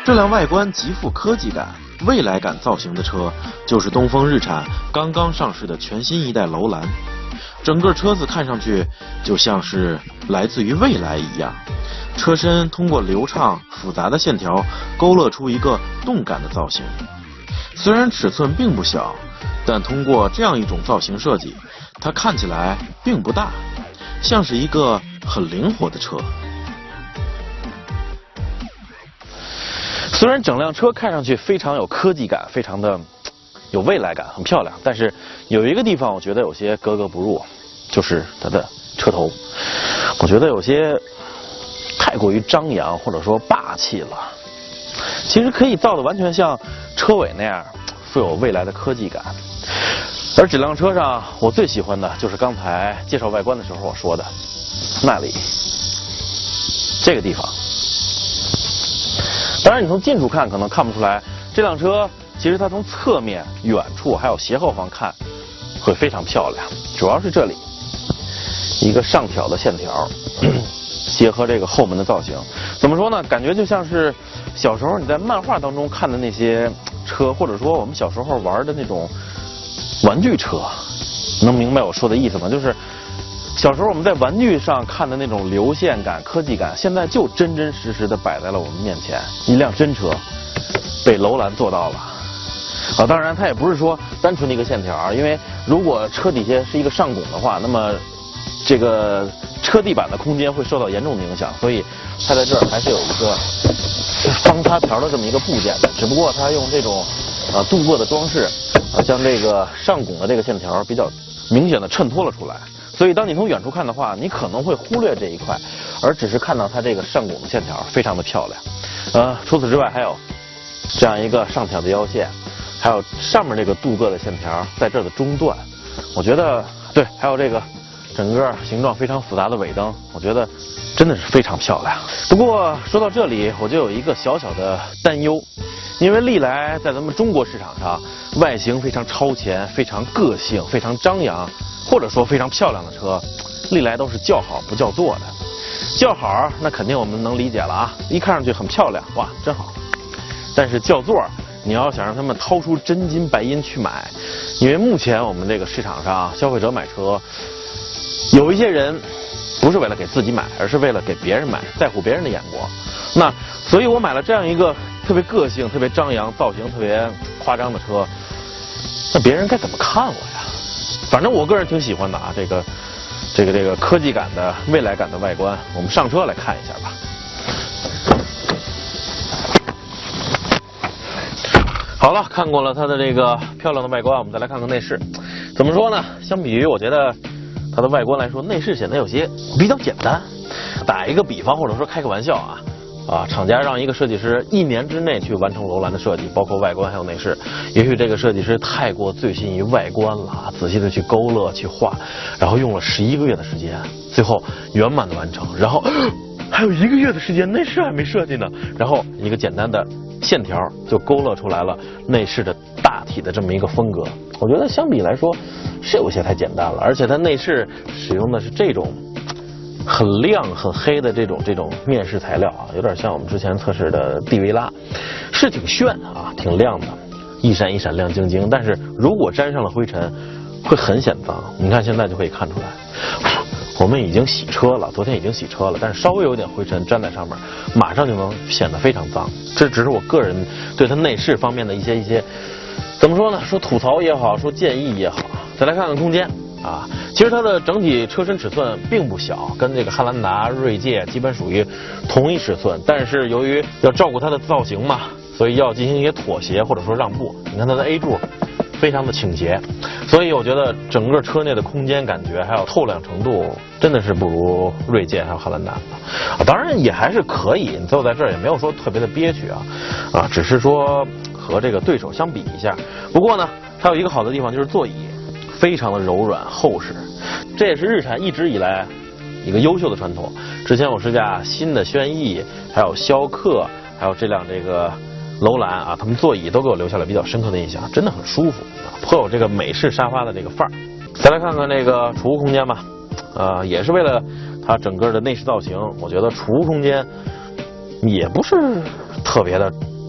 这辆外观极富科技感、未来感造型的车，就是东风日产刚刚上市的全新一代楼兰。整个车子看上去就像是来自于未来一样，车身通过流畅复杂的线条勾勒出一个动感的造型。虽然尺寸并不小，但通过这样一种造型设计，它看起来并不大，像是一个很灵活的车。 虽然整辆车看上去非常有科技感，非常的有未来感，很漂亮，但是有一个地方我觉得有些格格不入，就是它的车头，我觉得有些太过于张扬或者说霸气了。其实可以造的完全像车尾那样，富有未来的科技感。而这辆车上我最喜欢的就是刚才介绍外观的时候我说的那里这个地方。当然你从近处看可能看不出来，这辆车其实它从侧面、远处还有斜后方看会非常漂亮，主要是这里一个上挑的线条结合这个后门的造型，怎么说呢，感觉就像是小时候你在漫画当中看的那些车，或者说我们小时候玩的那种玩具车。能明白我说的意思吗？就是小时候我们在玩具上看的那种流线感、科技感，现在就真真实实的摆在了我们面前。一辆真车被楼兰做到了啊！当然它也不是说单纯的一个线条啊，因为如果车底下是一个上拱的话，那么这个车地板的空间会受到严重的影响，所以它在这儿还是有一个方擦条的这么一个部件的，只不过它用这种镀铬的装饰将这个上拱的这个线条比较明显的衬托了出来。所以当你从远处看的话，你可能会忽略这一块，而只是看到它这个上拱的线条非常的漂亮。除此之外还有这样一个上挑的腰线，还有上面这个镀铬的线条在这儿的中段，我觉得对，还有这个整个形状非常复杂的尾灯，我觉得真的是非常漂亮。不过说到这里我就有一个小小的担忧，因为历来在咱们中国市场上，外形非常超前、非常个性、非常张扬或者说非常漂亮的车，历来都是叫好不叫座的。叫好那肯定我们能理解了啊，一看上去很漂亮，哇，真好。但是叫座，你要想让他们掏出真金白银去买，因为目前我们这个市场上消费者买车，有一些人不是为了给自己买，而是为了给别人买，在乎别人的眼光。那所以我买了这样一个特别个性、特别张扬、造型特别夸张的车，那别人该怎么看我呀？反正我个人挺喜欢的啊，这个科技感的、未来感的外观，我们上车来看一下吧。好了，看过了它的这个漂亮的外观，我们再来看看内饰。怎么说呢？相比于我觉得它的外观来说，内饰显得有些比较简单。打一个比方或者说开个玩笑啊，厂家让一个设计师1年之内去完成楼兰的设计，包括外观还有内饰。也许这个设计师太过醉心于外观了，仔细的去勾勒去画，然后用了11个月的时间，最后圆满的完成。然后还有1个月的时间，内饰还没设计呢。然后一个简单的线条就勾勒出来了内饰的大体的这么一个风格。我觉得相比来说是有些太简单了，而且它内饰使用的是这种很亮很黑的这种面饰材料啊，有点像我们之前测试的蒂维拉，是挺炫啊，挺亮的，一闪一闪亮晶晶。但是如果沾上了灰尘，会很显脏。你看现在就可以看出来，我们已经洗车了，昨天已经洗车了，但是稍微有点灰尘粘在上面，马上就能显得非常脏。这只是我个人对它内饰方面的一些怎么说呢？说吐槽也好，说建议也好。再来看看空间啊，其实它的整体车身尺寸并不小，跟这个汉兰达、锐界基本属于同一尺寸。但是由于要照顾它的造型嘛，所以要进行一些妥协或者说让步。你看它的 A 柱非常的倾斜，所以我觉得整个车内的空间感觉还有透亮程度真的是不如锐界还有汉兰达的。当然也还是可以，你坐在这儿也没有说特别的憋屈啊，只是说和这个对手相比一下。不过呢，它有一个好的地方就是座椅非常的柔软厚实，这也是日产一直以来一个优秀的传统。之前我试驾新的轩逸，还有逍客，还有这辆这个楼兰啊，他们座椅都给我留下了比较深刻的印象，真的很舒服，颇有这个美式沙发的这个范儿。再来看看这个储物空间吧，也是为了它整个的内饰造型，我觉得储物空间也不是特别的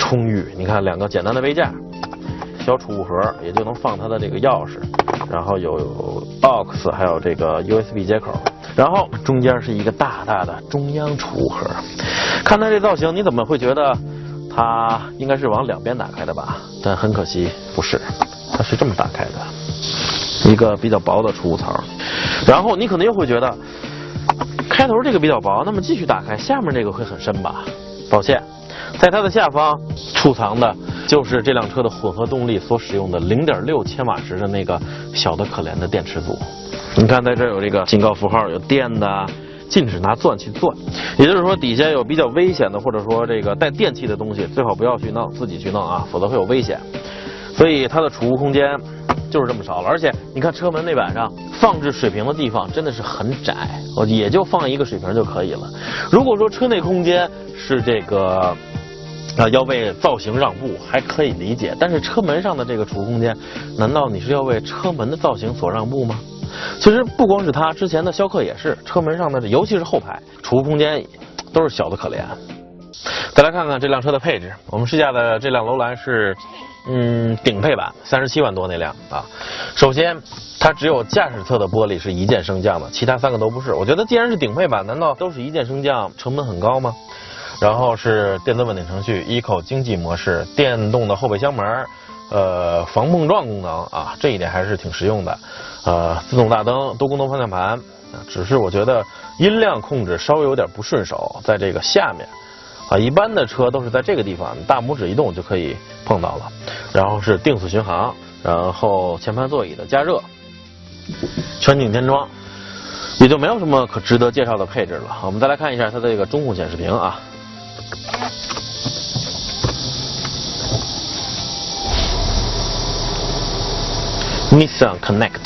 充裕。你看2个简单的杯架，小储物盒也就能放它的这个钥匙，然后有 aux 还有这个 USB 接口，然后中间是一个大大的中央储物盒。看它这造型，你怎么会觉得它应该是往2边打开的吧？但很可惜不是，它是这么打开的，一个比较薄的储物槽。然后你可能又会觉得，开头这个比较薄，那么继续打开，下面这个会很深吧？抱歉，在它的下方储藏的就是这辆车的混合动力所使用的0.6千瓦时的那个小的可怜的电池组。你看，在这儿有这个警告符号，有电的，禁止拿钻去钻。也就是说，底下有比较危险的，或者说这个带电器的东西，最好不要去弄，自己去弄啊，否则会有危险。所以它的储物空间就是这么少了。而且你看车门内板上放置水瓶的地方真的是很窄，也就放一个水瓶就可以了。如果说车内空间是这个要为造型让步，还可以理解，但是车门上的这个储物空间，难道你是要为车门的造型所让步吗？其实不光是它，之前的逍客也是，车门上的尤其是后排储物空间都是小的可怜。再来看看这辆车的配置，我们试驾的这辆楼兰是顶配版，37万多那辆啊。首先它只有驾驶侧的玻璃是一键升降的，其他3个都不是。我觉得既然是顶配版，难道都是一键升降，成本很高吗？然后是电子稳定程序 Eco 经济模式，电动的后备箱门，防碰撞功能啊，这一点还是挺实用的。自动大灯，多功能方向盘，只是我觉得音量控制稍微有点不顺手，在这个下面啊，一般的车都是在这个地方，大拇指一动就可以碰到了。然后是定速巡航，然后前排座椅的加热，全景天窗，也就没有什么可值得介绍的配置了。我们再来看一下它的这个中控显示屏啊。Nissan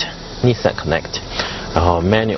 Connect， 然后 Menu，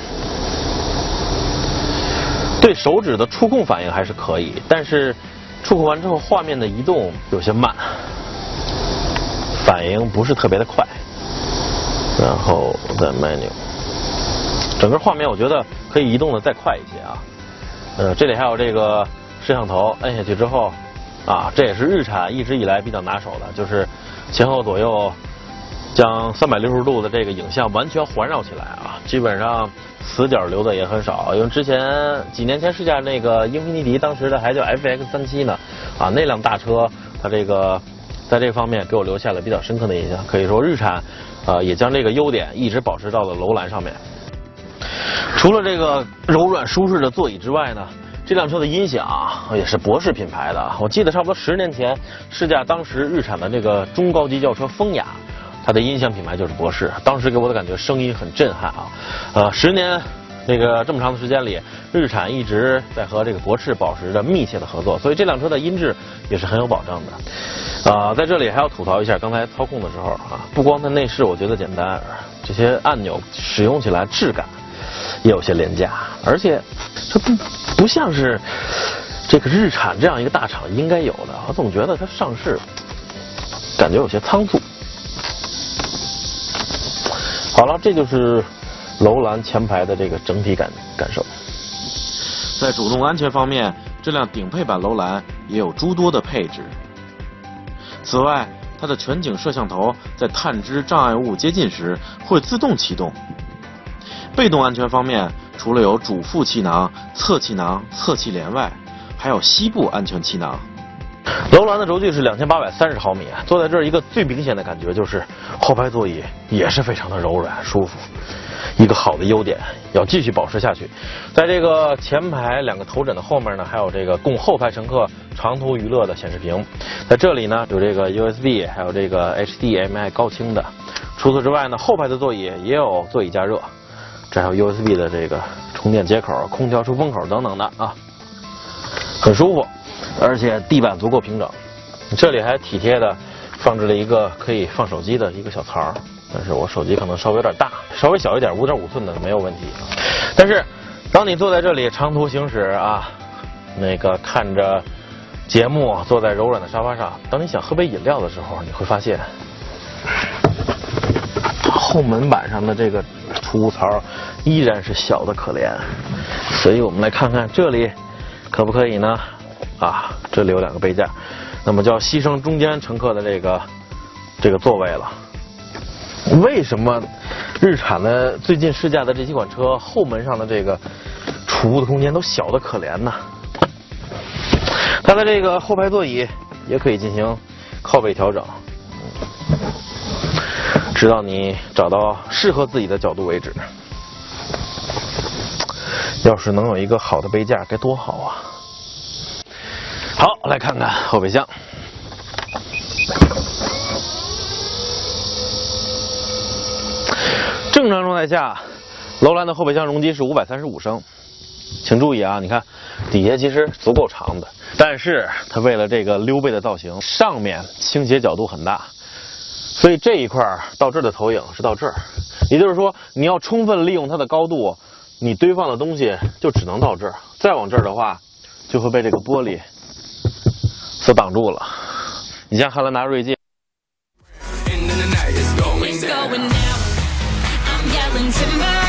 对手指的触控反应还是可以，但是触控完之后画面的移动有些慢，反应不是特别的快。然后在 Menu， 整个画面我觉得可以移动的再快一些啊。这里还有这个摄像头，按下去之后啊，这也是日产一直以来比较拿手的，就是前后左右将360度的这个影像完全环绕起来啊，基本上死角留的也很少。因为之前几年前试驾那个英菲尼迪，当时的还叫 FX37呢，啊，那辆大车它这个在这方面给我留下了比较深刻的印象。可以说日产也将这个优点一直保持到了楼兰上面。除了这个柔软舒适的座椅之外呢，这辆车的音响也是博士品牌的。我记得差不多10年前试驾当时日产的这个中高级轿车风雅，它的音响品牌就是博士，当时给我的感觉声音很震撼啊。10年这么长的时间里，日产一直在和这个博士保持着密切的合作，所以这辆车的音质也是很有保障的。在这里还要吐槽一下刚才操控的时候啊，不光它内饰我觉得简单，这些按钮使用起来质感也有些廉价，而且这不像是这个日产这样一个大厂应该有的。我总觉得它上市感觉有些仓促。好了，这就是楼兰前排的这个整体感受。 在主动安全方面，这辆顶配版楼兰也有诸多的配置。此外，它的全景摄像头在探知障碍物接近时会自动启动。被动安全方面，除了有主副气囊、侧气囊、侧气帘外，还有膝部安全气囊。 楼兰的轴距是2830毫米，坐在这儿一个最明显的感觉就是后排座椅也是非常的柔软舒服，一个好的优点要继续保持下去。在这个前排2个头枕的后面呢，还有这个供后排乘客长途娱乐的显示屏，在这里呢有这个 USB， 还有这个 HDMI 高清的。除此之外呢，后排的座椅也有座椅加热，这还有 USB 的这个充电接口、空调出风口等等的啊，很舒服。而且地板足够平整，这里还体贴的放置了一个可以放手机的一个小槽，但是我手机可能稍微有点大，稍微小一点5.5寸的没有问题。但是当你坐在这里长途行驶啊，看着节目，坐在柔软的沙发上，当你想喝杯饮料的时候，你会发现后门板上的这个储物槽依然是小的可怜。所以我们来看看这里可不可以呢？这里有2个杯架， 那么就要牺牲中间乘客的这个座位了。为什么日产的最近试驾的这几款车后门上的这个储物的空间都小得可怜呢？它的这个后排座椅也可以进行靠背调整，直到你找到适合自己的角度为止。要是能有一个好的杯架该多好啊！好，来看看后备箱。正常状态下，楼兰的后备箱容积是535升。请注意啊，你看底下其实足够长的，但是它为了这个溜背的造型，上面倾斜角度很大，所以这一块到这儿的投影是到这儿，也就是说你要充分利用它的高度，你堆放的东西就只能到这儿，再往这儿的话就会被这个玻璃所挡住了。你像汉兰达锐界。 It's going down. I'm yelling timber.